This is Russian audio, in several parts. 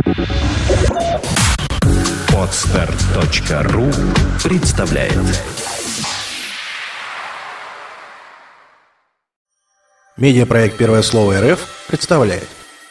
Podstart.ru представляет. Медиапроект «Первое слово РФ» представляет.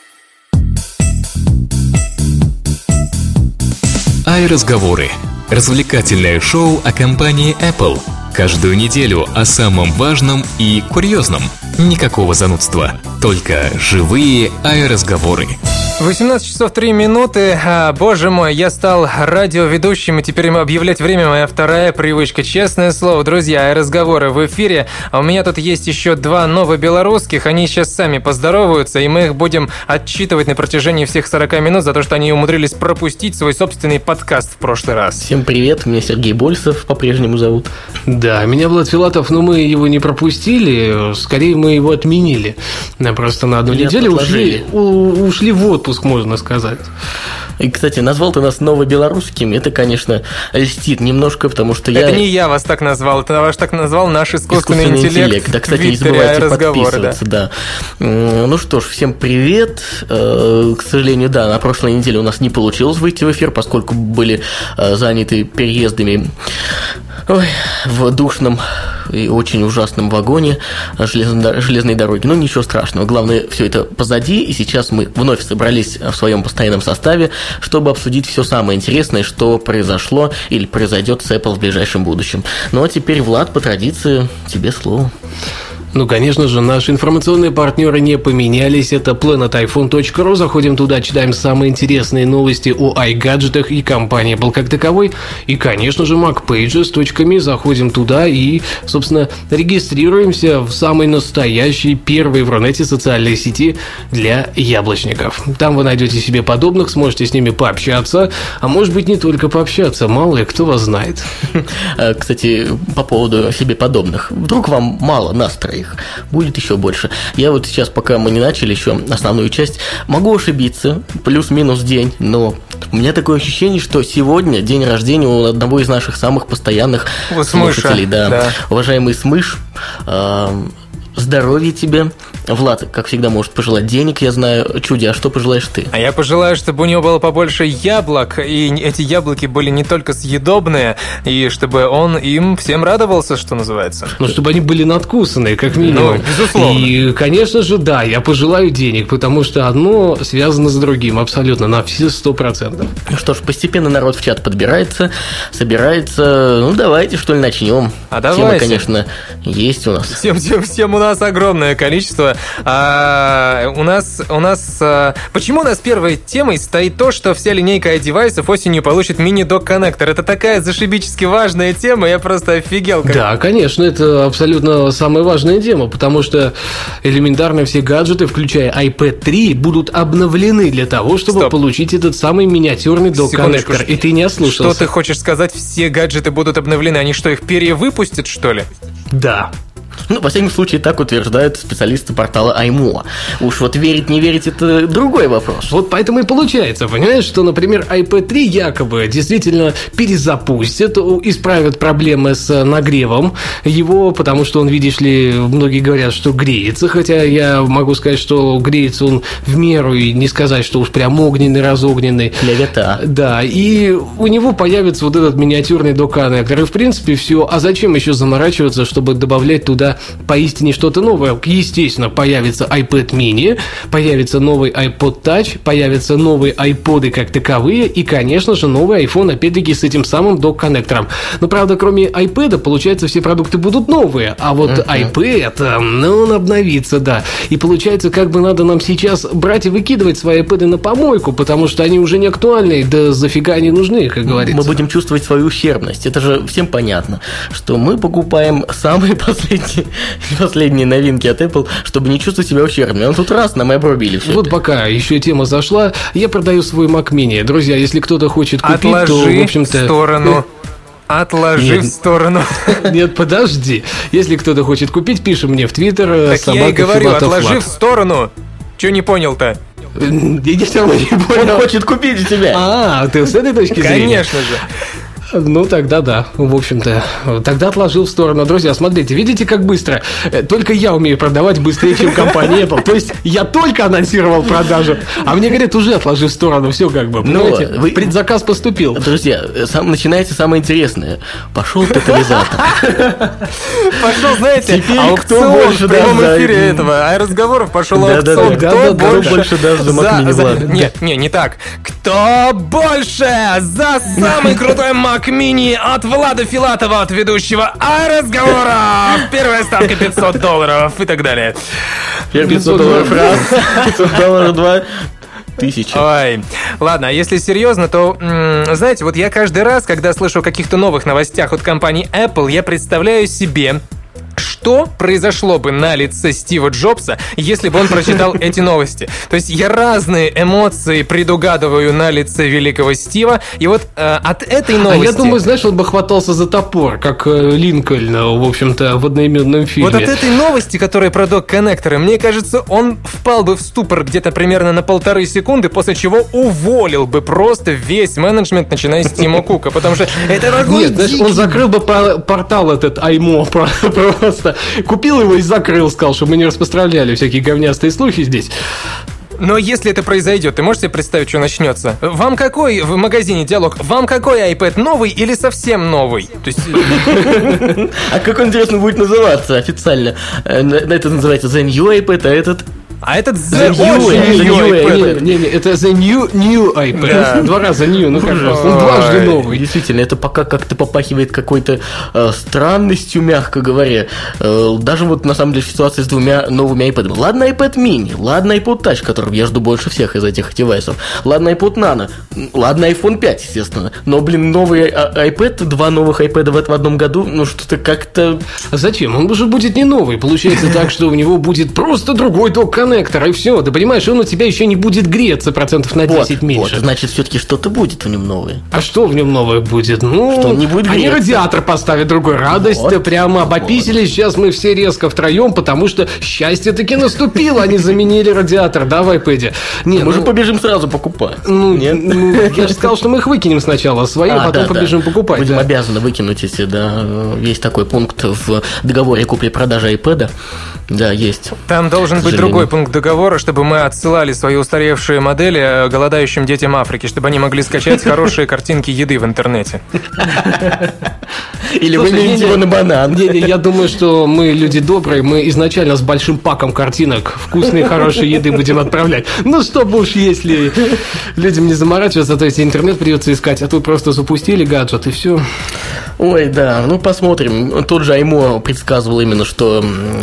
iRazговоры. Развлекательное шоу о компании Apple. Каждую неделю о самом важном и курьезном. Никакого занудства, только живые iRazговоры. 18 часов 3 минуты. Боже мой, я стал радиоведущим, и теперь им объявлять время — моя вторая привычка. Честное слово, друзья, разговоры в эфире. А у меня тут есть еще два новобелорусских. Они сейчас сами поздороваются, и мы их будем отчитывать на протяжении всех 40 минут за то, что они умудрились пропустить свой собственный подкаст в прошлый раз. Всем привет, меня Сергей Больцев по-прежнему зовут. Да, меня Влад Филатов, но мы его не пропустили, скорее мы его отменили. Просто на одну неделю ушли в отпуск, можно сказать. И, кстати, назвал ты нас новобелорусскими. Это, конечно, льстит немножко, потому что это не я вас так назвал, это вас так назвал наш искусственный интеллект. Да, кстати, не забывайте подписываться. Да. Ну что ж, всем привет. К сожалению, да, на прошлой неделе у нас не получилось выйти в эфир, поскольку были заняты переездами в душном и очень ужасном вагоне железной дороги. Но ничего страшного. Главное, все это позади, и сейчас мы вновь собрались в своем постоянном составе, чтобы обсудить все самое интересное, что произошло или произойдет с Apple в ближайшем будущем. Ну а теперь, Влад, по традиции, тебе слово. Ну, конечно же, наши информационные партнеры не поменялись. Это planetiphone.ru. Заходим туда, читаем самые интересные новости о iGadget'ах и компании Apple как таковой. И, конечно же, macpages.me. Заходим туда и, собственно, регистрируемся в самой настоящей первой в Рунете социальной сети для яблочников. Там вы найдете себе подобных, сможете с ними пообщаться. А может быть, не только пообщаться. Мало ли, кто вас знает. Кстати, по поводу себе подобных. Вдруг вам мало нас троих? Будет еще больше. Я вот сейчас, пока мы не начали еще основную часть, могу ошибиться, плюс-минус день, но у меня такое ощущение, что сегодня день рождения у одного из наших самых постоянных слушателей. Да. Уважаемый Смыш, здоровья тебе. Влад, как всегда, может пожелать денег, я знаю. Чуди, а что пожелаешь ты? А я пожелаю, чтобы у него было побольше яблок, и эти яблоки были не только съедобные, и чтобы он им всем радовался, что называется. Ну, чтобы они были надкусанные, как минимум. Ну, безусловно. И, конечно же, да, я пожелаю денег, потому что одно связано с другим, абсолютно, на все 100%. Ну что ж, постепенно народ в чат подбирается, собирается. Ну, давайте, что ли, начнем. А давайте. Темы, конечно, есть у нас. Всем у нас огромное количество. Почему у нас первой темой стоит то, что вся линейка iDevices осенью получит мини-док-коннектор? Это такая зашибически важная тема, я просто офигел. Да, конечно, это абсолютно самая важная тема, потому что элементарно все гаджеты, включая iPad 3, будут обновлены для того, чтобы получить этот самый миниатюрный док-коннектор. И ты не ослушался. Что ты хочешь сказать, все гаджеты будут обновлены? Они что, их перевыпустят, что ли? Да. Ну, во всяком случае, так утверждают специалисты портала iMoa. Уж вот верить, не верить – это другой вопрос. Вот поэтому и получается, понимаешь, что, например, iPad 3 якобы действительно перезапустят, исправят проблемы с нагревом его, потому что он, видишь ли, многие говорят, что греется, хотя я могу сказать, что греется он в меру, и не сказать, что уж прям огненный, разогненный. Клевета. Да, и у него появится вот этот миниатюрный док-коннектор, и в принципе все. А зачем еще заморачиваться, чтобы добавлять туда поистине что-то новое? Естественно, появится iPad mini, появится новый iPod Touch, появятся новые iPod'ы как таковые и, конечно же, новый iPhone, опять-таки, с этим самым док-коннектором. Но, правда, кроме iPad, получается, все продукты будут новые, а вот iPad, ну, он обновится, да. И получается, как бы надо нам сейчас брать и выкидывать свои iPad'ы на помойку, потому что они уже не актуальны, да зафига они нужны, как говорится. Мы будем чувствовать свою ущербность. Это же всем понятно, что мы покупаем самые последние новинки от Apple, чтобы не чувствовать себя ущербным. Он тут раз нам и обрубили все. Вот пока еще тема зашла, я продаю свой Mac Mini. Друзья, если кто-то хочет купить, то, в общем-то... в сторону. Отложи в сторону. Нет, подожди. Если кто-то хочет купить, пиши мне в Твиттер. Так я и говорю, отложи в сторону. Чего не понял-то? Я все равно не понял. Он хочет купить у тебя. А, ты с этой точки зрения? Конечно же. Ну, тогда да, в общем-то. Тогда отложил в сторону. Друзья, смотрите, видите, как быстро? Только я умею продавать быстрее, чем компания Apple. То есть я только анонсировал продажу, а мне говорят, уже отложи в сторону. Все как бы, понимаете? Предзаказ поступил. Друзья, начинается самое интересное. Пошел тотализатор. Пошел, знаете, аукцион в прямом эфире этого разговоров пошел аукцион. Кто больше даст за Mac Mini? Нет, не так. Кто больше за самый крутой Mac Mini от Влада Филатова, от ведущего разговора? Первая ставка $500 и так далее. $500 раз, $500 два. 1000. Ой, ладно, а если серьезно, то, знаете, вот я каждый раз, когда слышу о каких-то новых новостях от компании Apple, я представляю себе, что произошло бы на лице Стива Джобса, если бы он прочитал эти новости. То есть я разные эмоции предугадываю на лице великого Стива, и вот от этой новости... А я думаю, знаешь, он бы хватался за топор, как Линкольн, в общем-то, в одноименном фильме. Вот от этой новости, которая про док-коннекторы, мне кажется, он впал бы в ступор где-то примерно на 1,5 секунды, после чего уволил бы просто весь менеджмент, начиная с Тима Кука, потому что это такой... Нет, знаешь, он закрыл бы портал этот Аймо просто. Купил его и закрыл, сказал, чтобы мы не распространяли всякие говнястые слухи здесь. Но если это произойдет, ты можешь себе представить, что начнется? Вам какой в магазине диалог? Вам какой iPad, новый или совсем новый? То есть... А как он, интересно, будет называться официально? Это называется The New iPad, а этот... А этот The New iPad. Не, это The New iPad. Да. 2 раза New, ну как раз. Он дважды новый. Действительно, это пока как-то попахивает какой-то странностью, мягко говоря. Даже вот на самом деле ситуация с 2 новыми iPad. Ладно, iPad mini, ладно, iPod Touch, которого я жду больше всех из этих девайсов. Ладно, iPod Nano, ладно, iPhone 5, естественно. Но, новый iPad, 2 новых iPad в одном году, ну что-то как-то... А зачем? Он уже будет не новый. Получается так, что у него будет просто другой док-коннектор, и все. Ты понимаешь, он у тебя еще не будет греться процентов на 10 меньше. Вот, значит, все-таки что-то будет в нем новое. А что в нем новое будет? Ну, что он не будет греться. Они радиатор поставят другой. Радость вот, прямо обописались. Сейчас мы все резко втроем, потому что счастье таки наступило. Они заменили радиатор, да, в iPad? Мы же побежим сразу покупать. Я же сказал, что мы их выкинем сначала свои, а потом побежим покупать. Будем обязаны выкинуть, если, да, есть такой пункт в договоре купли-продажи iPad. Да, есть. Там должен быть другой пункт договора, чтобы мы отсылали свои устаревшие модели голодающим детям Африки, чтобы они могли скачать хорошие картинки еды в интернете. Или выменить его на банан. Я думаю, что мы люди добрые, мы изначально с большим паком картинок вкусной, хорошей еды будем отправлять. Ну, чтобы уж если людям не заморачиваться, то есть интернет придется искать, а тут просто запустили гаджет и все. Ой, да, ну посмотрим. Тот же Аймо предсказывал именно, что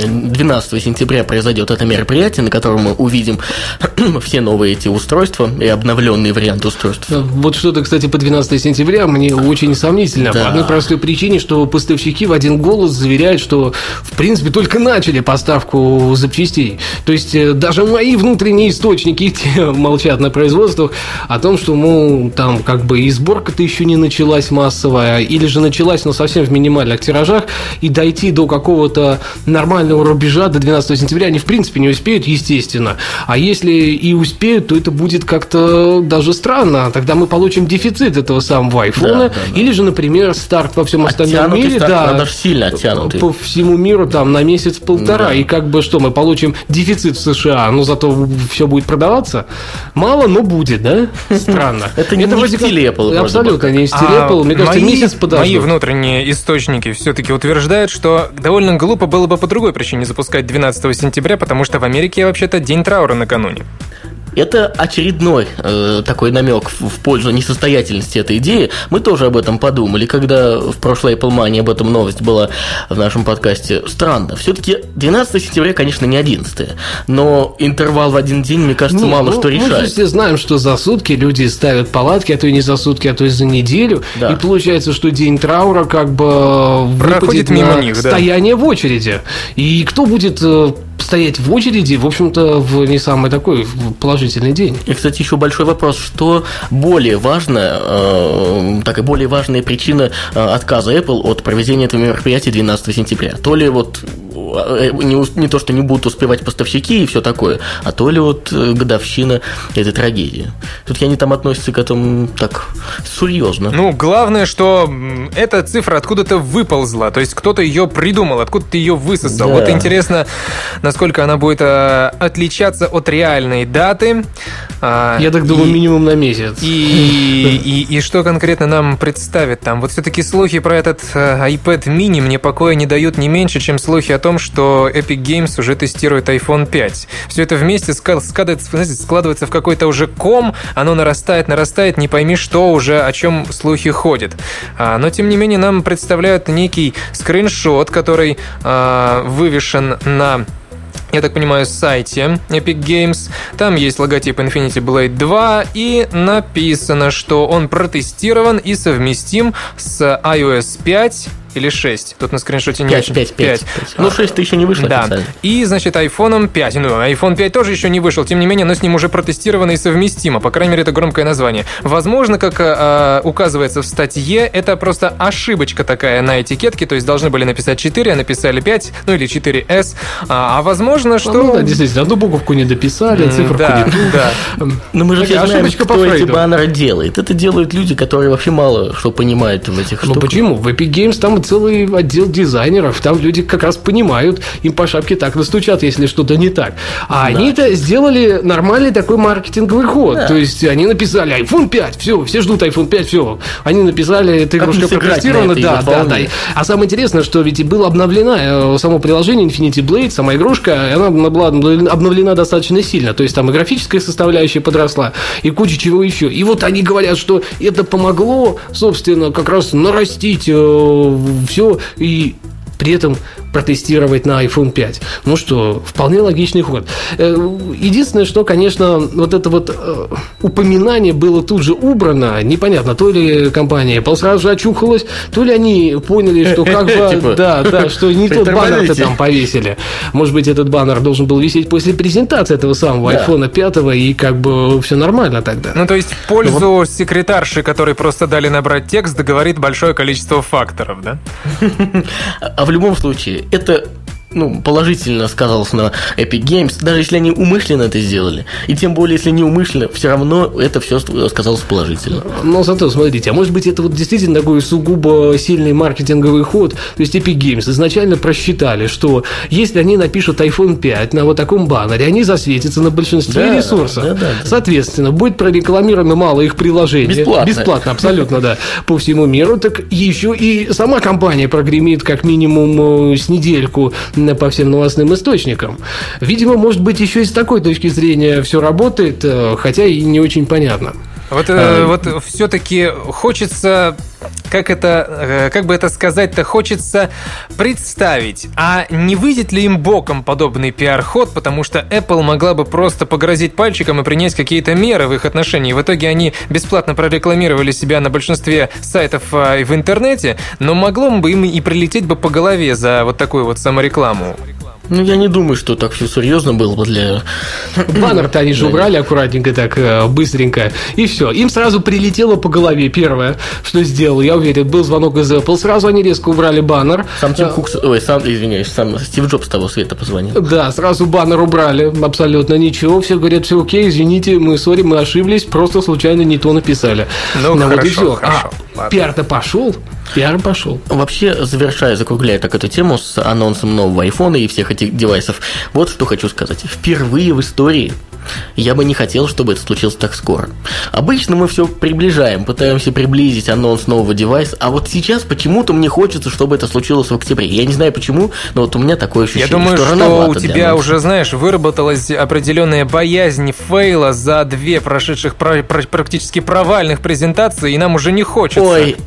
12 сентября произойдет это мероприятие, на котором мы увидим все новые эти устройства и обновленные варианты устройств. Вот что-то, кстати, по 12 сентября мне очень сомнительно. Да. По одной простой причине, что поставщики в один голос заверяют, что в принципе только начали поставку запчастей. То есть даже мои внутренние источники молчат на производствах о том, что, мол, там как бы и сборка-то еще не началась массовая, или же началась, но совсем в минимальных тиражах, и дойти до какого-то нормального рубежа до 12 сентября они в принципе не успеют, естественно. А если и успеют, то это будет как-то даже странно. Тогда мы получим дефицит этого самого айфона, или же, например, старт во всем остальном мире, даже сильно оттянутый. По всему миру там на месяц-полтора, и как бы что, мы получим дефицит в США, но зато все будет продаваться? Мало, но будет, да? Странно. Это не в стиле Apple. Абсолютно не в стиле Apple. Мне кажется, месяц подождут. Мои внутренние источники все-таки утверждают, что довольно глупо было бы по другой причине запускать 12 сентября, потому что в Америке вообще-то день траура накануне. Это очередной такой намек в пользу несостоятельности этой идеи. Мы тоже об этом подумали, когда в прошлой Apple Money об этом новость была в нашем подкасте. Странно. Все-таки 12 сентября, конечно, не 11, но интервал в один день, мне кажется, мало что решает. Мы же все знаем, что за сутки люди ставят палатки, а то и не за сутки, а то и за неделю. Да. И получается, что день траура как бы проходит мимо них, стояние в очереди. И кто будет стоять в очереди, в общем-то, в не самый такой положительный день. И, кстати, еще большой вопрос, что более важно, такая более важная причина отказа Apple от проведения этого мероприятия 12 сентября. То ли вот не то, что не будут успевать поставщики и все такое, а то ли вот годовщина этой трагедии. Все-таки они там относятся к этому так серьезно. Ну, главное, что эта цифра откуда-то выползла, то есть кто-то ее придумал, откуда-то ее высосал. Да. Вот интересно, насколько она будет отличаться от реальной даты. Я так думаю, минимум на месяц. И что конкретно нам представит там? Вот все-таки слухи про этот iPad mini мне покоя не дают не меньше, чем слухи о том, что Epic Games уже тестирует iPhone 5. Все это вместе складывается в какой-то уже ком, оно нарастает, не пойми, что уже, о чем слухи ходят. Но, тем не менее, нам представляют некий скриншот, который вывешен на, я так понимаю, сайте Epic Games. Там есть логотип Infinity Blade 2 и написано, что он протестирован и совместим с iOS 5 или 6. Тут на скриншоте не 5. Ну, 6 еще не вышло. Да. И, значит, iPhone 5. Ну, iPhone 5 тоже еще не вышел. Тем не менее, но с ним уже протестировано и совместимо. По крайней мере, это громкое название. Возможно, как указывается в статье, это просто ошибочка такая на этикетке. То есть должны были написать 4, а написали 5, ну или 4S. А возможно, что... Ну, да, действительно, одну буковку не дописали, циферку не... Да. Но мы же все знаем, кто эти баннеры делает. Это делают люди, которые вообще мало что понимают в этих штуках. Ну, почему? В Epic Games там целый отдел дизайнеров, там люди как раз понимают, им по шапке так настучат, если что-то не так. А они-то сделали нормальный такой маркетинговый ход. Да. То есть они написали iPhone 5, все ждут iPhone 5, все. Они написали, эта игрушка протестирована, да. А самое интересное, что ведь и было обновлено само приложение Infinity Blade, сама игрушка, она была обновлена достаточно сильно. То есть там и графическая составляющая подросла, и куча чего еще. И вот они говорят, что это помогло, собственно, как раз нарастить все и при этом протестировать на iPhone 5. Ну что, вполне логичный ход. Единственное, что, конечно, вот это вот упоминание было тут же убрано. Непонятно, то ли компания Apple сразу же очухалась, то ли они поняли, что как бы... Да, что не тот баннер-то там повесили. Может быть, этот баннер должен был висеть после презентации этого самого iPhone 5, и как бы все нормально тогда. Ну, то есть, в пользу секретарши, которой просто дали набрать текст, говорит большое количество факторов, да? А в любом случае, это положительно сказалось на Epic Games, даже если они умышленно это сделали. И тем более, если не умышленно, все равно это все сказалось положительно. Но зато, смотрите, а может быть, это вот действительно такой сугубо сильный маркетинговый ход. То есть Epic Games изначально просчитали, что если они напишут iPhone 5 на вот таком баннере, они засветятся на большинстве ресурсов. Да. Соответственно, будет прорекламировано мало их приложений. Бесплатно, абсолютно, да. По всему миру. Так еще и сама компания прогремит как минимум с недельку по всем новостным источникам. Видимо, может быть, еще и с такой точки зрения все работает, хотя и не очень понятно. Вот все-таки хочется, как бы это сказать-то, хочется представить, а не выйдет ли им боком подобный пиар-ход, потому что Apple могла бы просто погрозить пальчиком и принять какие-то меры в их отношении. В итоге они бесплатно прорекламировали себя на большинстве сайтов в интернете, но могло бы им и прилететь бы по голове за вот такую вот саморекламу. Ну, я не думаю, что так все серьезно было бы для... Баннер-то они же убрали аккуратненько, так, быстренько, и все. Им сразу прилетело по голове первое, что сделал. Я уверен, был звонок из Apple, сразу они резко убрали баннер. Сам Тим Кук, сам Стив Джобс того света позвонил. Да, сразу баннер убрали, абсолютно ничего. Все говорят, все окей, извините, мы ошиблись, просто случайно не то написали. Ну, хорошо, вот и все. Пиар-то пошел. Пиар пошел. Вообще, закругляя так эту тему с анонсом нового iPhone и всех этих девайсов, вот что хочу сказать. Впервые в истории я бы не хотел, чтобы это случилось так скоро. Обычно мы все приближаем, пытаемся приблизить анонс нового девайса, а вот сейчас почему-то мне хочется, чтобы это случилось в октябре. Я не знаю почему, но вот у меня такое ощущение, что я думаю, что у тебя уже, знаешь, выработалась определенная боязнь фейла за 2 прошедших практически провальных презентации, и нам уже не хочется. Ой,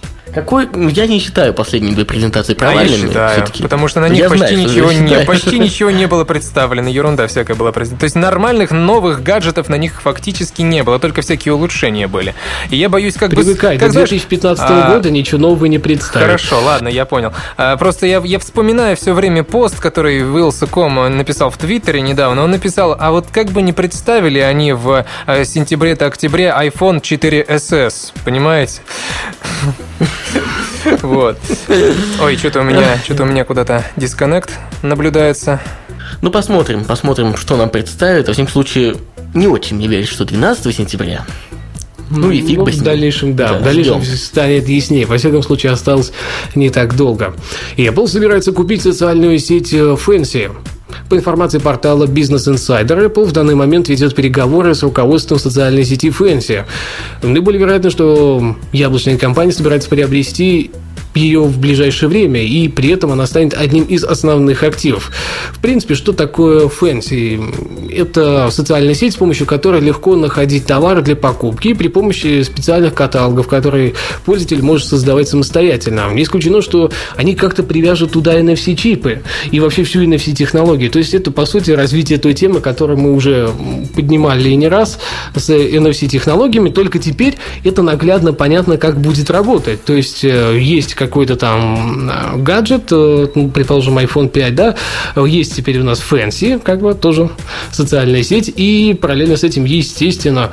я не считаю последние 2 презентации провальными. Я считаю, потому что на них почти ничего не было представлено, ерунда всякая была презентована. То есть нормальных новых гаджетов на них фактически не было, только всякие улучшения были. И я боюсь, Привыкай, до 2015 года ничего нового не представят. Хорошо, ладно, я понял. Просто я вспоминаю все время пост, который Wilson.com написал в Твиттере недавно. Он написал, а вот как бы не представили они в сентябре-октябре iPhone 4SS, понимаете? Вот. Ой, что-то у меня куда-то дисконнект наблюдается. Ну, посмотрим, что нам представят. Во всяком случае, не очень мне верить, что 12 сентября. Ну и фиг бы с ним. В дальнейшем, да, в дальнейшем станет яснее. Во всяком случае, осталось не так долго. И Apple собирается купить социальную сеть Fancy. По информации портала Business Insider, Apple в данный момент ведет переговоры с руководством социальной сети Fancy. Наиболее вероятно, что яблочная компания собирается приобрести ее в ближайшее время, и при этом она станет одним из основных активов. В принципе, что такое Fancy? Это социальная сеть, с помощью которой легко находить товары для покупки при помощи специальных каталогов, которые пользователь может создавать самостоятельно. Не исключено, что они как-то привяжут туда NFC-чипы и вообще всю NFC-технологию. То есть это, по сути, развитие той темы, которую мы уже поднимали и не раз с NFC-технологиями, только теперь это наглядно понятно, как будет работать. То есть есть какой-то там гаджет, предположим, iPhone 5, да, есть теперь у нас Fancy, как бы тоже социальная сеть, и параллельно с этим, естественно,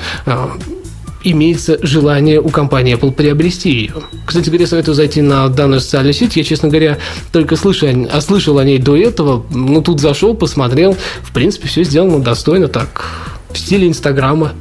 имеется желание у компании Apple приобрести ее. Кстати говоря, советую зайти на данную социальную сеть. Я, честно говоря, только слышал о ней до этого, но тут зашел, посмотрел. В принципе, все сделано достойно, так, в стиле Инстаграма.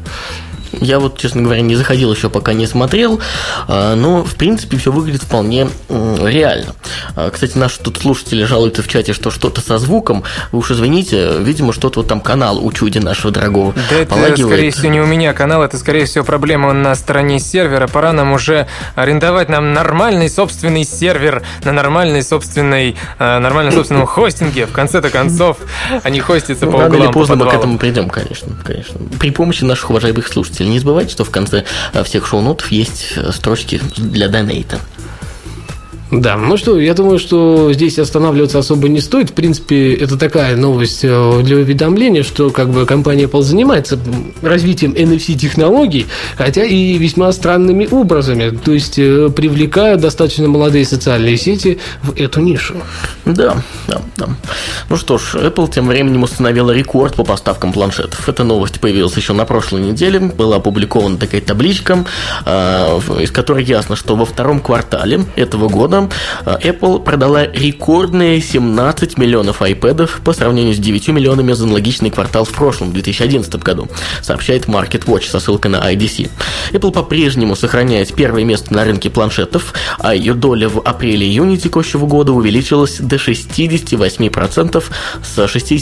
Я вот, честно говоря, не заходил еще, пока не смотрел, но, в принципе, все выглядит вполне реально. Кстати, наши тут слушатели жалуются в чате, что что-то со звуком. Вы уж извините, видимо, что-то вот там канал у чуди нашего дорогого полагивает. Это, скорее всего, не у меня канал, это, скорее всего, проблема на стороне сервера. Пора нам уже арендовать нам нормальный собственный сервер на нормальном собственном хостинге. В конце-то концов, они хостятся по углам. Рано или поздно мы к этому придем, конечно. При помощи наших уважаемых слушателей. Не забывайте, что в конце всех шоу-нотов есть строчки для донейта. Да, ну что, я думаю, что здесь останавливаться особо не стоит. В принципе, это такая новость для уведомления, что как бы компания Apple занимается развитием NFC-технологий, хотя и весьма странными образами, то есть привлекая достаточно молодые социальные сети в эту нишу. Да. Ну что ж, Apple тем временем установила рекорд по поставкам планшетов. Эта новость появилась еще на прошлой неделе, была опубликована такая табличка, из которой ясно, что во втором квартале этого года Apple продала рекордные 17 миллионов iPad'ов по сравнению с 9 миллионами за аналогичный квартал в прошлом, 2011 году, сообщает MarketWatch со ссылкой на IDC. Apple по-прежнему сохраняет первое место на рынке планшетов, а ее доля в апреле-июне текущего года увеличилась до 68% с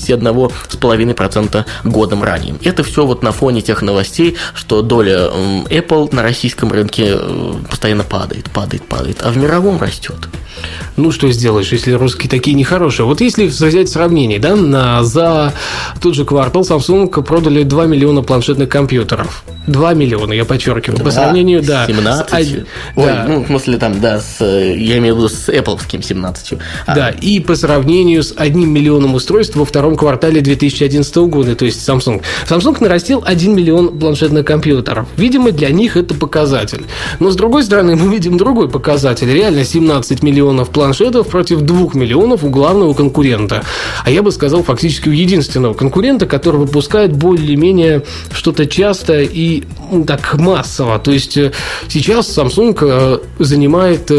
61,5% годом ранее. Это все вот на фоне тех новостей, что доля Apple на российском рынке постоянно падает, а в мировом растет. Ну, что сделаешь, если русские такие нехорошие? Вот если взять сравнение, да, за тот же квартал Samsung продали 2 миллиона планшетных компьютеров. 2 миллиона, я подчеркиваю. По сравнению, да. 17. Ну, в смысле, там, да, я имею в виду с Apple-ским 17. Да, и по сравнению с 1 миллионом устройств во втором квартале 2011 года, то есть Samsung. Samsung нарастил 1 миллион планшетных компьютеров. Видимо, для них это показатель. Но, с другой стороны, мы видим другой показатель. Реально 17 миллионов планшетов против 2 миллионов у главного конкурента. А я бы сказал, фактически у единственного конкурента, который выпускает более-менее что-то часто и так массово. То есть сейчас Samsung занимает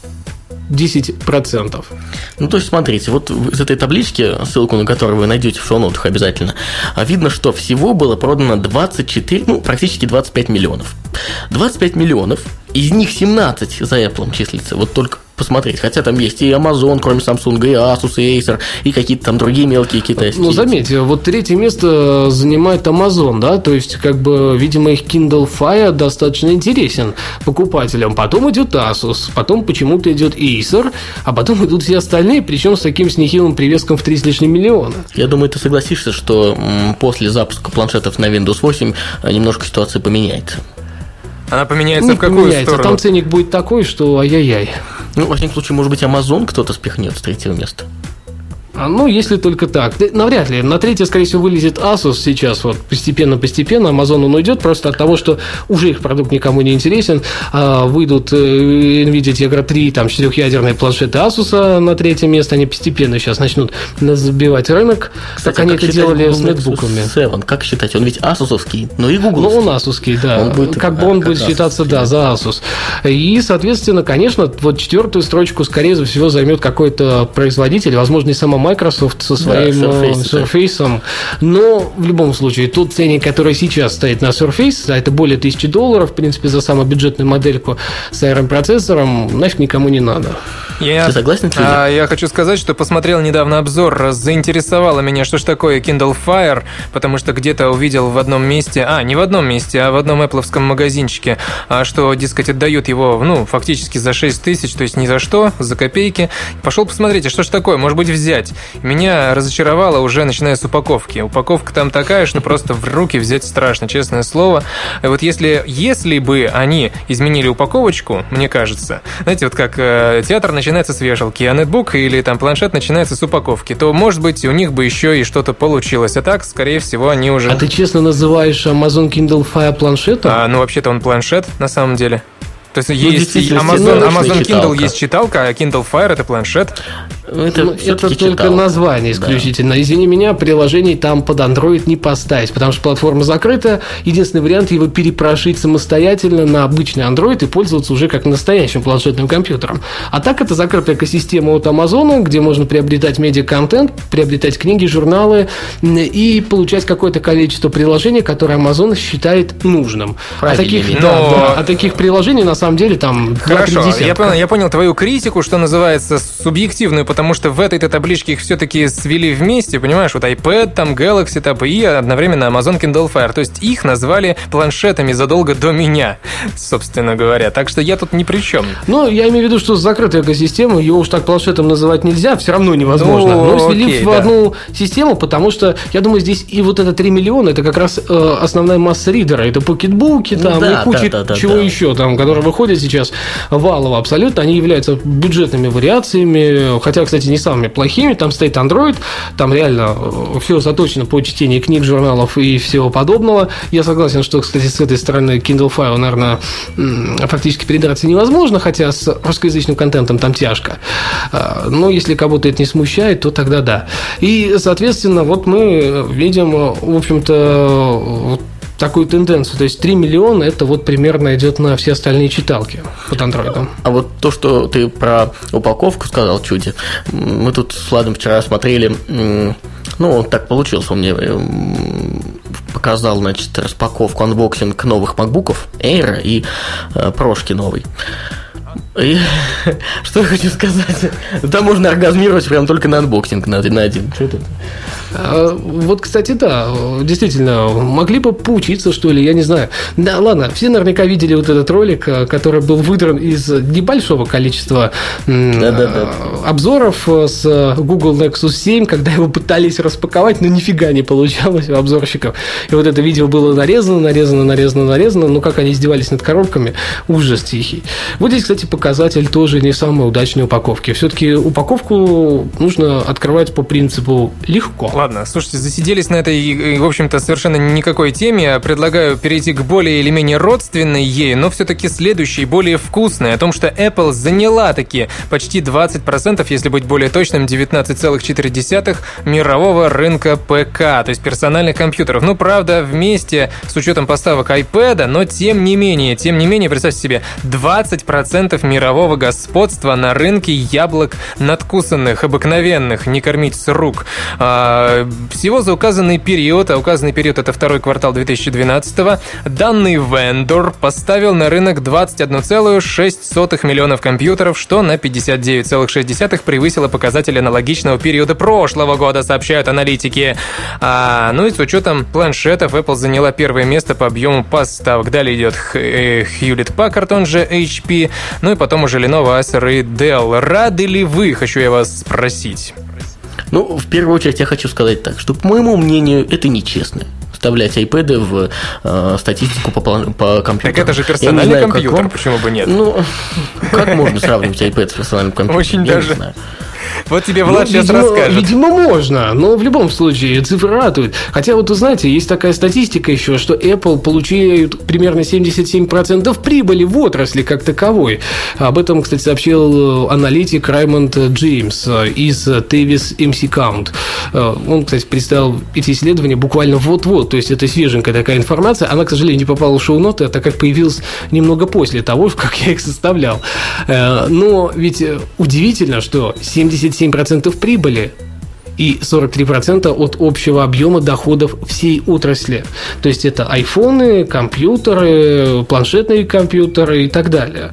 10%. Ну, то есть, смотрите, вот из этой таблички, ссылку на которую вы найдете в шоу-нотах обязательно, видно, что всего было продано 24, практически 25 миллионов. 25 миллионов, из них 17 за Apple числится, вот только посмотреть. Хотя там есть и Amazon, кроме Samsung, и Asus, и Acer, и какие-то там другие мелкие китайские. Ну, заметьте, вот третье место занимает Amazon, да, то есть, как бы, видимо, их Kindle Fire достаточно интересен покупателям. Потом идет Asus, потом почему-то идет Acer, а потом идут все остальные, причем с таким нехилым привеском в 3 с лишним миллиона. Я думаю, ты согласишься, что после запуска планшетов на Windows 8 немножко ситуация поменяется. Она поменяется в какую сторону? Там ценник будет такой, что ай-яй-яй. Ну, во всяком случае, может быть, Amazon кто-то спихнет с третьего места. Ну, если только так. Навряд ли. На третье, скорее всего, вылезет Asus сейчас. Вот постепенно-постепенно. Amazon он уйдет просто от того, что уже их продукт никому не интересен. Выйдут NVIDIA Tegra 3, там, 4-ядерные планшеты Asus на третье место. Они постепенно сейчас начнут забивать рынок. Кстати, как они это делали с нетбуками. 7, как считать? Он ведь Asus'овский, но и Google'овский. Ну, он Asus'ский, да. Он будет считаться, да, за Asus. И, соответственно, конечно, вот четвертую строчку, скорее всего, займет какой-то производитель, возможно, и сама Microsoft со своим Surface. Но в любом случае, тот ценник, который сейчас стоит на Surface, это более $1000, в принципе, за самую бюджетную модельку с ARM-процессором, нафиг никому не надо. Ты согласен, я хочу сказать, что посмотрел недавно обзор, заинтересовало меня, что ж такое Kindle Fire, потому что где-то увидел в одном месте, не в одном месте, а в одном Apple'овском магазинчике, что, дескать, отдают его, фактически за 6000, то есть ни за что, за копейки. Пошел посмотреть, что ж такое, может быть, взять. Меня разочаровало уже, начиная с упаковки. Упаковка там такая, что просто в руки взять страшно, честное слово. И вот если бы они изменили упаковочку, мне кажется, знаете, вот как театр начинается с вешалки, а нетбук или там планшет начинается с упаковки, то, может быть, у них бы еще и что-то получилось. А так, скорее всего, они уже... А ты честно называешь Amazon Kindle Fire планшетом? Вообще-то он планшет, на самом деле. То есть есть Amazon Kindle есть читалка, а Kindle Fire — это планшет. Это только название исключительно. Да. Извини меня, приложений там под Android не поставить, потому что платформа закрыта. Единственный вариант — его перепрошить самостоятельно на обычный Android и пользоваться уже как настоящим планшетным компьютером. А так это закрытая экосистема от Amazon, где можно приобретать медиа-контент, приобретать книги, журналы и получать какое-то количество приложений, которые Amazon считает нужным. А таких приложений на самом деле там 2-3 Хорошо, десятка. Я понял твою критику, что называется, субъективную, потому что в этой табличке их все-таки свели вместе, понимаешь, вот iPad, там Galaxy Tab и одновременно Amazon Kindle Fire, то есть их назвали планшетами задолго до меня, собственно говоря, так что я тут ни при чем. Ну, я имею в виду, что закрытая экосистема, его уж так планшетом называть нельзя, все равно невозможно, но свели в одну систему, потому что, я думаю, здесь и вот это 3 миллиона, это как раз основная масса ридера, это покетбуки там и куча чего еще там, которые выходят сейчас валово абсолютно, они являются бюджетными вариациями, хотя, кстати, не самыми плохими, там стоит Android, там реально все заточено по чтению книг, журналов и всего подобного. Я согласен, что, кстати, с этой стороны Kindle Fire, наверное, фактически придраться невозможно, хотя с русскоязычным контентом там тяжко. Но если кого-то это не смущает, то тогда да. И, соответственно, вот мы видим, в общем-то, такую тенденцию. То есть 3 миллиона это вот примерно идет на все остальные читалки под андроидом. А вот то, что ты про упаковку сказал, Чуди, мы тут с Владом вчера смотрели, так получилось, он мне показал, значит, распаковку, анбоксинг новых MacBook'ов Air и прошки новой. И что я хочу сказать? Там можно оргазмировать прям только на анбоксинг на один. Что это? Вот, кстати, да, действительно, могли бы поучиться, что ли, я не знаю. Да, ладно, все наверняка видели вот этот ролик, который был выдран из небольшого количества обзоров с Google Nexus 7, когда его пытались распаковать, но нифига не получалось у обзорщиков. И вот это видео было нарезано, ну как они издевались над коробками, ужас тихий. Вот здесь, кстати, показатель тоже не самой удачной упаковки. Все-таки упаковку нужно открывать по принципу легко. Ладно, слушайте, засиделись на этой, в общем-то, совершенно никакой теме. Предлагаю перейти к более или менее родственной ей, но все-таки следующей, более вкусной. О том, что Apple заняла таки почти 20%, если быть более точным, 19,4% мирового рынка ПК, то есть персональных компьютеров. Ну, правда, вместе с учетом поставок iPad, но тем не менее, представьте себе, 20% мирового господства на рынке яблок надкусанных, обыкновенных, не кормить с рук. Всего за указанный период, а указанный период это второй квартал 2012-го, данный вендор поставил на рынок 21,6 миллионов компьютеров, что на 59,6 превысило показатели аналогичного периода прошлого года, сообщают аналитики. Ну и с учетом планшетов Apple заняла первое место по объему поставок. Далее идет Hewlett Packard, он же HP, ну и потом уже Lenovo, Acer и Dell. Рады ли вы, хочу я вас спросить? Ну, в первую очередь я хочу сказать так, что, по моему мнению, это нечестно. Вставлять iPad в статистику по компьютеру. Так это же персональный компьютер, почему бы нет? Ну, как можно сравнивать iPad с персональным компьютером? Очень даже. Вот тебе Влад сейчас расскажет. Видимо, можно, но в любом случае цифры радуют. Хотя вот, вы знаете, есть такая статистика еще, что Apple получает примерно 77% прибыли в отрасли как таковой. Об этом, кстати, сообщил аналитик Раймонд Джеймс из Tevis MC Count. Он, кстати, представил эти исследования буквально вот-вот, то есть это свеженькая такая информация. Она, к сожалению, не попала в шоу-ноты, так как появилась немного после того, как я их составлял. Но ведь удивительно, что 77% прибыли и 43% от общего объема доходов всей отрасли. То есть это айфоны, компьютеры, планшетные компьютеры и так далее.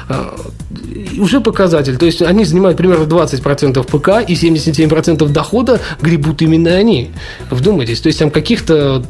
Уже показатель. То есть они занимают примерно 20% ПК и 77% дохода гребут именно они. Вдумайтесь. То есть там каких-то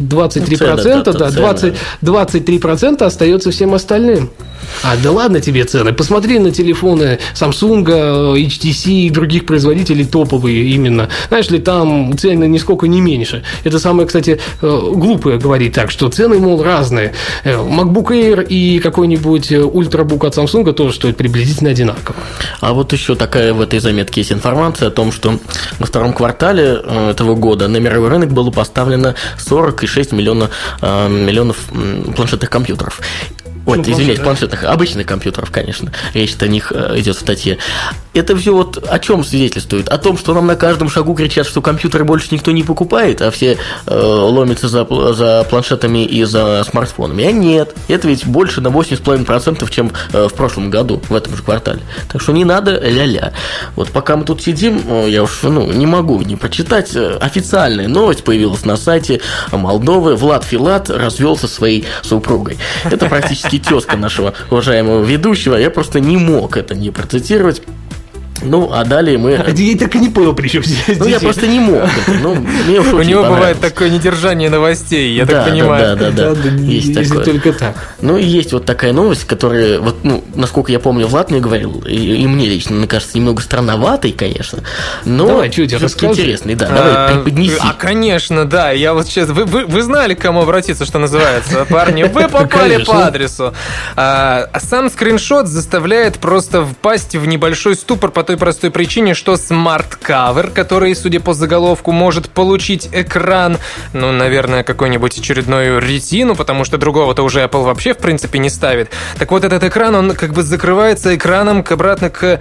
23%, 23% остается всем остальным. Да ладно тебе цены. Посмотри на телефоны Samsung, HTC и других производителей топовые именно. Знаешь ли, там цены нисколько не меньше. Это самое, кстати, глупое говорить так, что цены, мол, разные. MacBook Air и какой-нибудь Ultrabook от Samsung тоже стоят приблизительно одинаково. А вот еще такая в этой заметке есть информация о том, что во втором квартале этого года на мировой рынок было поставлено 46 миллионов планшетных компьютеров. Ой, извиняюсь, планшетных, обычных компьютеров, конечно. Речь-то о них идет в статье. Это все вот о чем свидетельствует? О том, что нам на каждом шагу кричат, что компьютеры больше никто не покупает, а все ломятся за планшетами и за смартфонами. А нет, это ведь больше на 8,5%, чем в прошлом году, в этом же квартале. Так что не надо ля-ля. Вот пока мы тут сидим, я уж не могу не прочитать. Официальная новость появилась на сайте Молдовы. Влад Филат развелся со своей супругой. Это практически тезка нашего уважаемого ведущего. Я просто не мог это не процитировать. А далее мы... Я так и не понял, при чем здесь. Я просто не мог. У него бывает такое недержание новостей, я так понимаю. Да. Есть такое. Если только так. И есть вот такая новость, которая, насколько я помню, Влад мне говорил, и мне лично, мне кажется, немного странноватой, конечно, но давай, чуть интересный. Да, давай, преподнеси. Конечно, да. Я вот сейчас... Вы знали, к кому обратиться, что называется, парни? Вы попали по адресу. Сам скриншот заставляет просто впасть в небольшой ступор по той простой причине, что смарт-кавер, который, судя по заголовку, может получить экран, наверное, какой-нибудь очередную ретину, потому что другого-то уже Apple вообще, в принципе, не ставит. Так вот, этот экран, он как бы закрывается экраном обратно к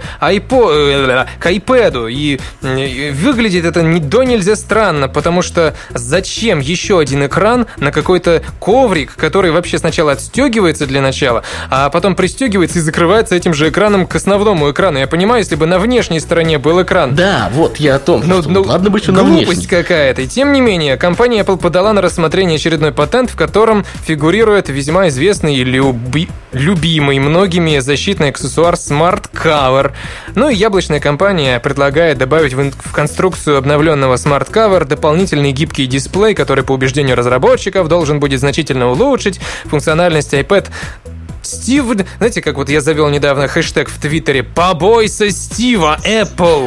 iPad, и выглядит это до нельзя странно, потому что зачем еще один экран на какой-то коврик, который вообще сначала отстегивается для начала, а потом пристегивается и закрывается этим же экраном к основному экрану. Я понимаю, если бы на внешней стороне был экран. Да, вот я о том, ладно бы еще на внешней. Глупость какая-то. И тем не менее, компания Apple подала на рассмотрение очередной патент, в котором фигурирует весьма известный и любимый многими защитный аксессуар Smart Cover. И яблочная компания предлагает добавить в конструкцию обновленного Smart Cover дополнительный гибкий дисплей, который, по убеждению разработчиков, должен будет значительно улучшить функциональность iPad. Стив, знаете, как вот я завел недавно хэштег в Твиттере «Побойся Стива, Apple».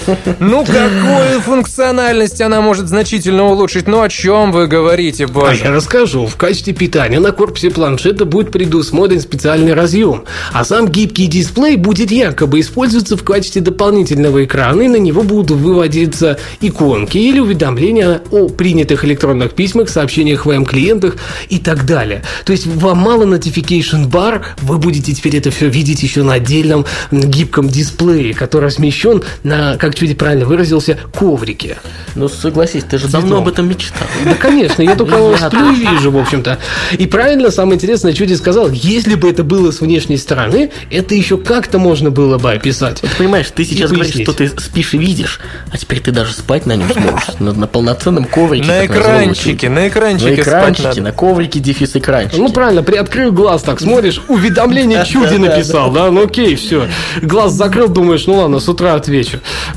Какую функциональность она может значительно улучшить? О чем вы говорите, боже? Я расскажу. В качестве питания на корпусе планшета будет предусмотрен специальный разъем, а сам гибкий дисплей будет якобы использоваться в качестве дополнительного экрана, и на него будут выводиться иконки или уведомления о принятых электронных письмах, сообщениях в клиентах и так далее. То есть вам мало notification bar, вы будете теперь это все видеть еще на отдельном гибком дисплее, который размещен на, как чуть правильно выразился, коврике. Согласись, ты же давно об этом мечтал. Да, конечно, я только сплю и вижу, в общем-то. И правильно, самое интересное, Чуди сказал, если бы это было с внешней стороны, это еще как-то можно было бы описать. Вот понимаешь, ты сейчас говоришь, что ты спишь и видишь, а теперь ты даже спать на нем сможешь. На полноценном коврике. На экранчике спать надо. На коврике дефис экранчике. Правильно, приоткрыл глаз, так смотришь, уведомление Чуди написал, да, окей, все. Глаз закрыл, думаешь, ладно, с утра отвечу.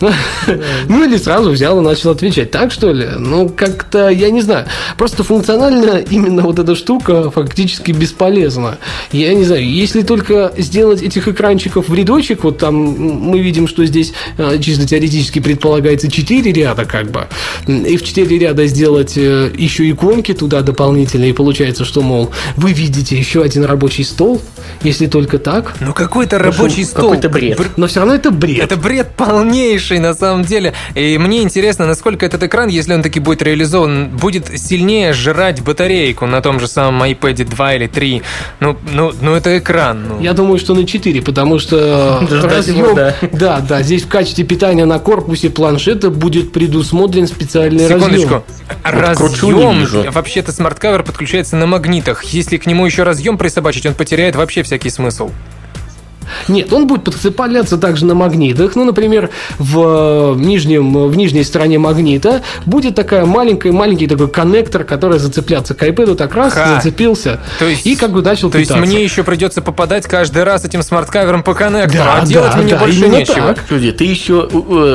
Или сразу взял и начал отвечать. Так, что ли? Как-то, я не знаю. Просто функционально именно вот эта штука фактически бесполезна. Я не знаю, если только сделать этих экранчиков в рядочек, вот там мы видим, что здесь чисто теоретически предполагается 4 ряда, как бы, и в 4 ряда сделать еще иконки туда дополнительные, и получается, что, мол, вы видите еще один рабочий стол, стол, если только так. Ну, какой-то рабочий стол. Какой-то бред. Но все равно это бред. Это бред полнейший, на самом деле. И мне интересно, насколько этот экран, если он таки будет реализован, будет сильнее жрать батарейку на том же самом iPad 2 или 3. Ну это экран. Ну. Я думаю, что на 4, потому что разъем... Да, здесь в качестве питания на корпусе планшета будет предусмотрен специальный Секундочку. разъем. Разъем. Вообще-то смарт-кавер подключается на магнитах. Если к нему еще разъем присобачить, он потеряет вообще всякий смысл. Нет, он будет подцепляться также на магнитах. Ну, например, в нижней стороне магнита будет маленький такой коннектор, который зацепляться к iPad, так раз, зацепился, и как бы начал питаться. То есть мне еще придется попадать каждый раз этим смарт-кавером по коннектору, делать мне больше нечего. Люди, ты еще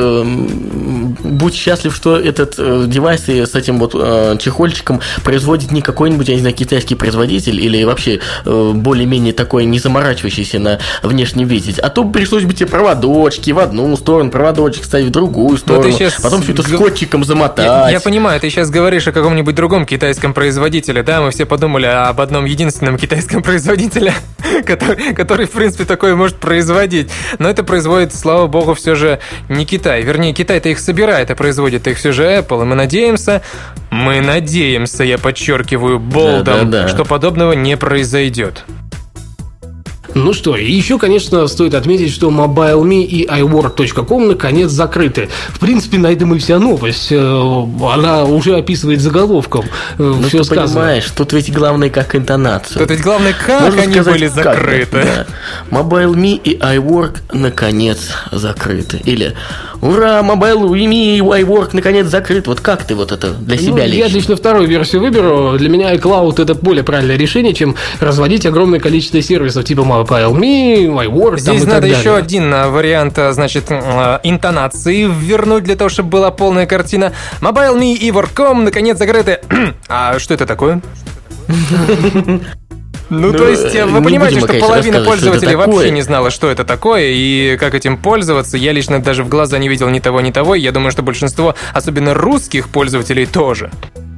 будь счастлив, что этот девайс с этим вот чехольчиком производит не какой-нибудь, я не знаю, китайский производитель или вообще более-менее такой не заморачивающийся на внешнем видеть. А то пришлось бы тебе проводочки в одну сторону, проводочек ставить в другую сторону, потом все это скотчиком замотать. Я понимаю, ты сейчас говоришь о каком-нибудь другом китайском производителе, да? Мы все подумали об одном единственном китайском производителе, который, в принципе, такое может производить. Но это производит, слава богу, все же не Китай. Вернее, Китай-то их собирает, а производит их все же Apple. И мы надеемся, я подчеркиваю болдом, что подобного не произойдет. Ну что, и еще, конечно, стоит отметить, что Mobile.me и iWork.com наконец закрыты. В принципе, на этом и вся новость. Она уже описывает заголовком все сказано. Ты понимаешь, тут ведь главное как интонация. Тут ведь главное, как можно они сказать, были закрыты. Да. Mobile.me и iWork наконец закрыты. Или ура, Mobile.me и iWork наконец закрыт. Вот как ты вот это для себя лично? Я лично вторую версию выберу. Для меня iCloud это более правильное решение, чем разводить огромное количество сервисов типа Mobile.me, iWork. Здесь надо еще один вариант, значит, интонации вернуть для того, чтобы была полная картина. Mobile.me и iWork.com наконец закрыты. А что это такое? Ну, то есть, вы понимаете, что половина пользователей вообще не знала, что это такое и как этим пользоваться. Я лично даже в глаза не видел ни того, ни того. И я думаю, что большинство, особенно русских пользователей, тоже.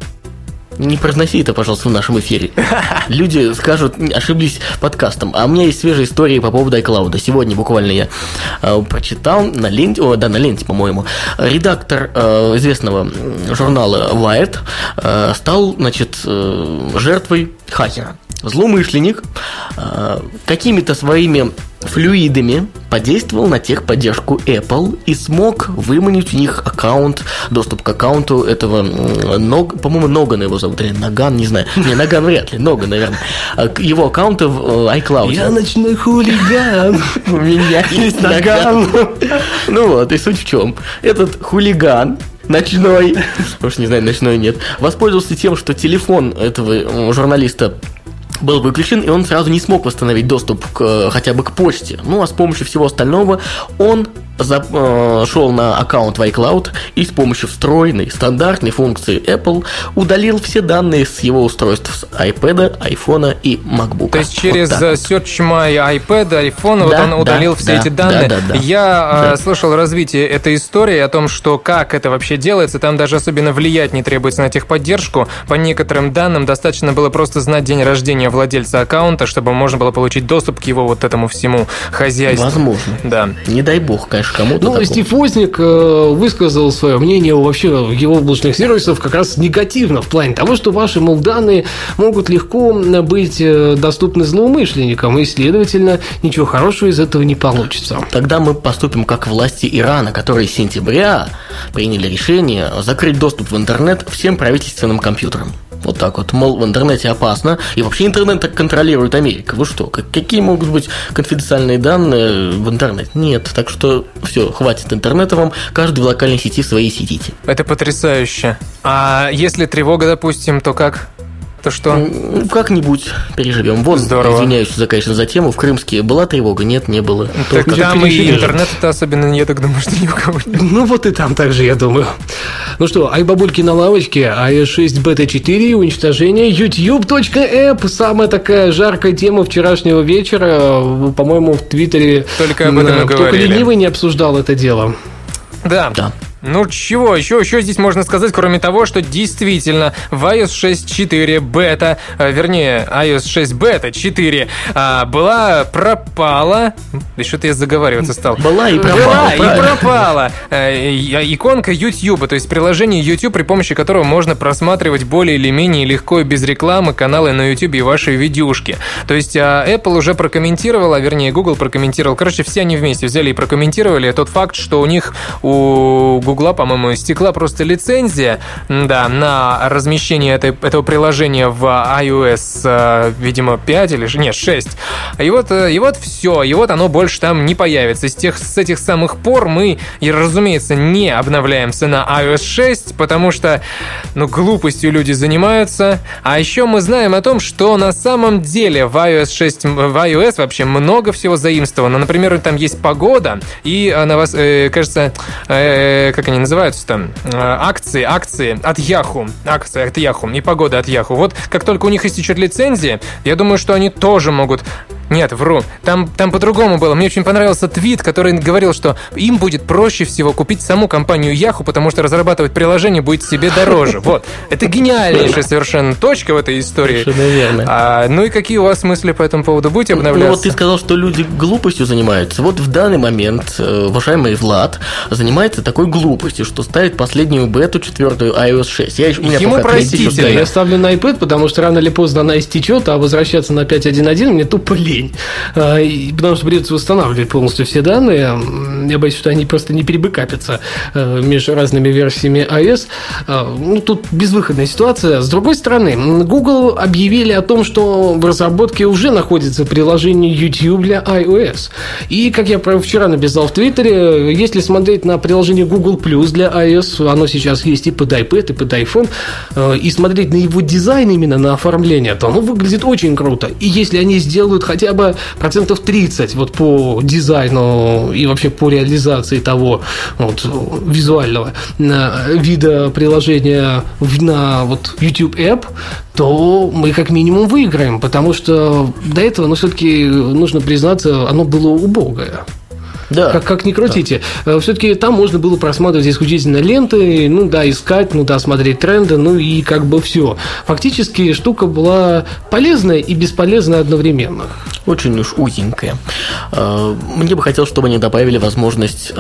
Не произноси это, пожалуйста, в нашем эфире. Люди скажут, ошиблись подкастом. А у меня есть свежая история по поводу iCloud. Сегодня буквально я прочитал на ленте, по-моему, редактор известного журнала Wired стал, значит, жертвой хакера. Злоумышленник какими-то своими флюидами подействовал на техподдержку Apple и смог выманить у них доступ к аккаунту этого, по-моему, Ногана его зовут, или Наган, не знаю. Не, Наган вряд ли, Ноган, наверное. Его аккаунта в iCloud. Я ночной хулиган. У меня есть Наган. Ну вот, и суть в чем. Этот хулиган ночной, уж не знаю, ночной нет, воспользовался тем, что телефон этого журналиста был выключен, и он сразу не смог восстановить доступ хотя бы к почте. Ну, а с помощью всего остального он шел на аккаунт в iCloud и с помощью встроенной стандартной функции Apple удалил все данные с его устройств с iPad, iPhone и MacBook. То есть через Search My iPad, iPhone, он удалил все эти данные. Я слышал развитие этой истории о том, что как это вообще делается. Там даже особенно влиять не требуется на техподдержку. По некоторым данным достаточно было просто знать день рождения владельца аккаунта, чтобы можно было получить доступ к его вот этому всему хозяйству. Возможно. Да. Не дай бог, конечно, кому-то. Ну, Стив Возник высказал свое мнение вообще его облачных сервисов как раз негативно в плане того, что ваши, мол, данные могут легко быть доступны злоумышленникам, и, следовательно, ничего хорошего из этого не получится. Тогда мы поступим как власти Ирана, которые с сентября приняли решение закрыть доступ в интернет всем правительственным компьютерам. Вот так вот, мол, в интернете опасно, и вообще интернет так контролирует Америка. Вы что, какие могут быть конфиденциальные данные в интернете? Нет, так что все, хватит интернета вам, каждый в локальной сети своей сидите. Это потрясающе. А если тревога, допустим, то как? То что? Как-нибудь переживем. Вот, здорово. Извиняюсь, конечно, за тему. В Крымске была тревога? Нет, не было. Так там и интернета-то особенно, я так думаю, что ни у кого нет. Ну вот и там также, я думаю. Ну что, айбабульки на лавочке, iOS 6 бета 4, уничтожение, youtube.app, самая такая жаркая тема вчерашнего вечера, по-моему, в Твиттере только об этом и говорили. Только ленивый не обсуждал это дело. Да. Ну чего, еще здесь можно сказать, кроме того, что действительно в iOS 6.4 бета, вернее, iOS 6 бета 4 пропала, да что-то я заговариваться стал. Была и пропала. Иконка YouTube, то есть приложение YouTube, при помощи которого можно просматривать более или менее легко и без рекламы каналы на YouTube и ваши видюшки. То есть Apple уже прокомментировала, вернее, Google прокомментировал, короче, все они вместе взяли и прокомментировали тот факт, что у них, у Гугла, по-моему, истекла просто лицензия, да, на размещение этого приложения в iOS, видимо, 5 или 6. И вот все, и вот оно больше там не появится. С этих самых пор мы, разумеется, не обновляемся на iOS 6, потому что, глупостью люди занимаются. А еще мы знаем о том, что на самом деле в iOS вообще много всего заимствовано. Например, там есть погода, и на вас, кажется, как они называются там, акции от Yahoo, акции от Yahoo и погода от Yahoo. Вот как только у них истечет лицензия, я думаю, что они тоже могут... Нет, вру. Там по-другому было. Мне очень понравился твит, который говорил, что им будет проще всего купить саму компанию Yahoo, потому что разрабатывать приложение будет себе дороже. Вот. Это гениальнейшая совершенно точка в этой истории. Совершенно верно. И какие у вас мысли по этому поводу? Будете обновляться? Вот ты сказал, что люди глупостью занимаются. Вот в данный момент уважаемый Влад занимается такой глупостью, что ставит последнюю бету 4-ю iOS 6. Ему простительно. Я ставлю на iPad, потому что рано или поздно она истечет, а возвращаться на 5.1.1 мне тупо лень. Потому что придется восстанавливать полностью все данные. Я боюсь, что они просто не перебэкапятся между разными версиями iOS. Тут безвыходная ситуация. С другой стороны, Google объявили о том, что в разработке уже находится приложение YouTube для iOS. И, как я вчера написал в Твиттере, если смотреть на приложение Google Plus для iOS, оно сейчас есть и под iPad, и под iPhone, и смотреть на его дизайн, именно на оформление, то оно выглядит очень круто. И если они сделают хотя бы 30% вот по дизайну и вообще по реализации того визуального вида приложения на YouTube App, то мы как минимум выиграем, потому что до этого, все-таки нужно признаться, оно было убогое. Да. Как ни крутите. Да. Все-таки там можно было просматривать исключительно ленты, искать, смотреть тренды, и как бы все. Фактически штука была полезная и бесполезная одновременно. Очень уж узенькая. Мне бы хотелось, чтобы они добавили возможность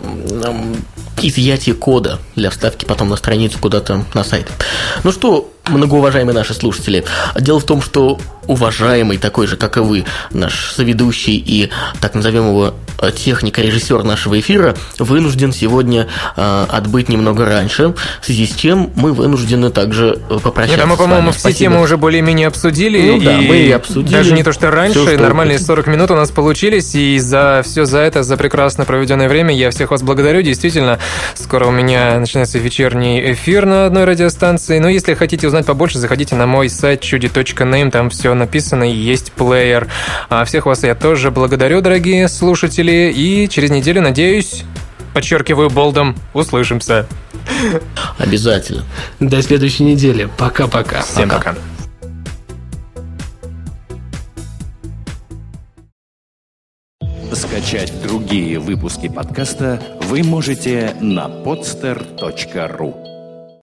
изъятия кода для вставки потом на страницу куда-то на сайт. Ну что, многоуважаемые наши слушатели, дело в том, что уважаемый, такой же, как и вы, наш соведущий и, так назовем его, техник-режиссер нашего эфира, вынужден сегодня отбыть немного раньше, в связи с чем мы вынуждены также попрощаться. Нет, мы, по-моему, все темы уже более-менее обсудили. Мы обсудили. Даже не то, что раньше, все, что нормальные 40 минут у нас получились, и за прекрасно проведенное время я всех вас благодарю. Действительно, скоро у меня начинается вечерний эфир на одной радиостанции. Но если хотите узнать побольше, заходите на мой сайт chudi.name, там все написано и есть плеер. Всех вас я тоже благодарю, дорогие слушатели, и через неделю, надеюсь, подчеркиваю болдом, услышимся. Обязательно. До следующей недели. Пока-пока. Всем пока. Скачать другие выпуски подкаста вы можете на podster.ru.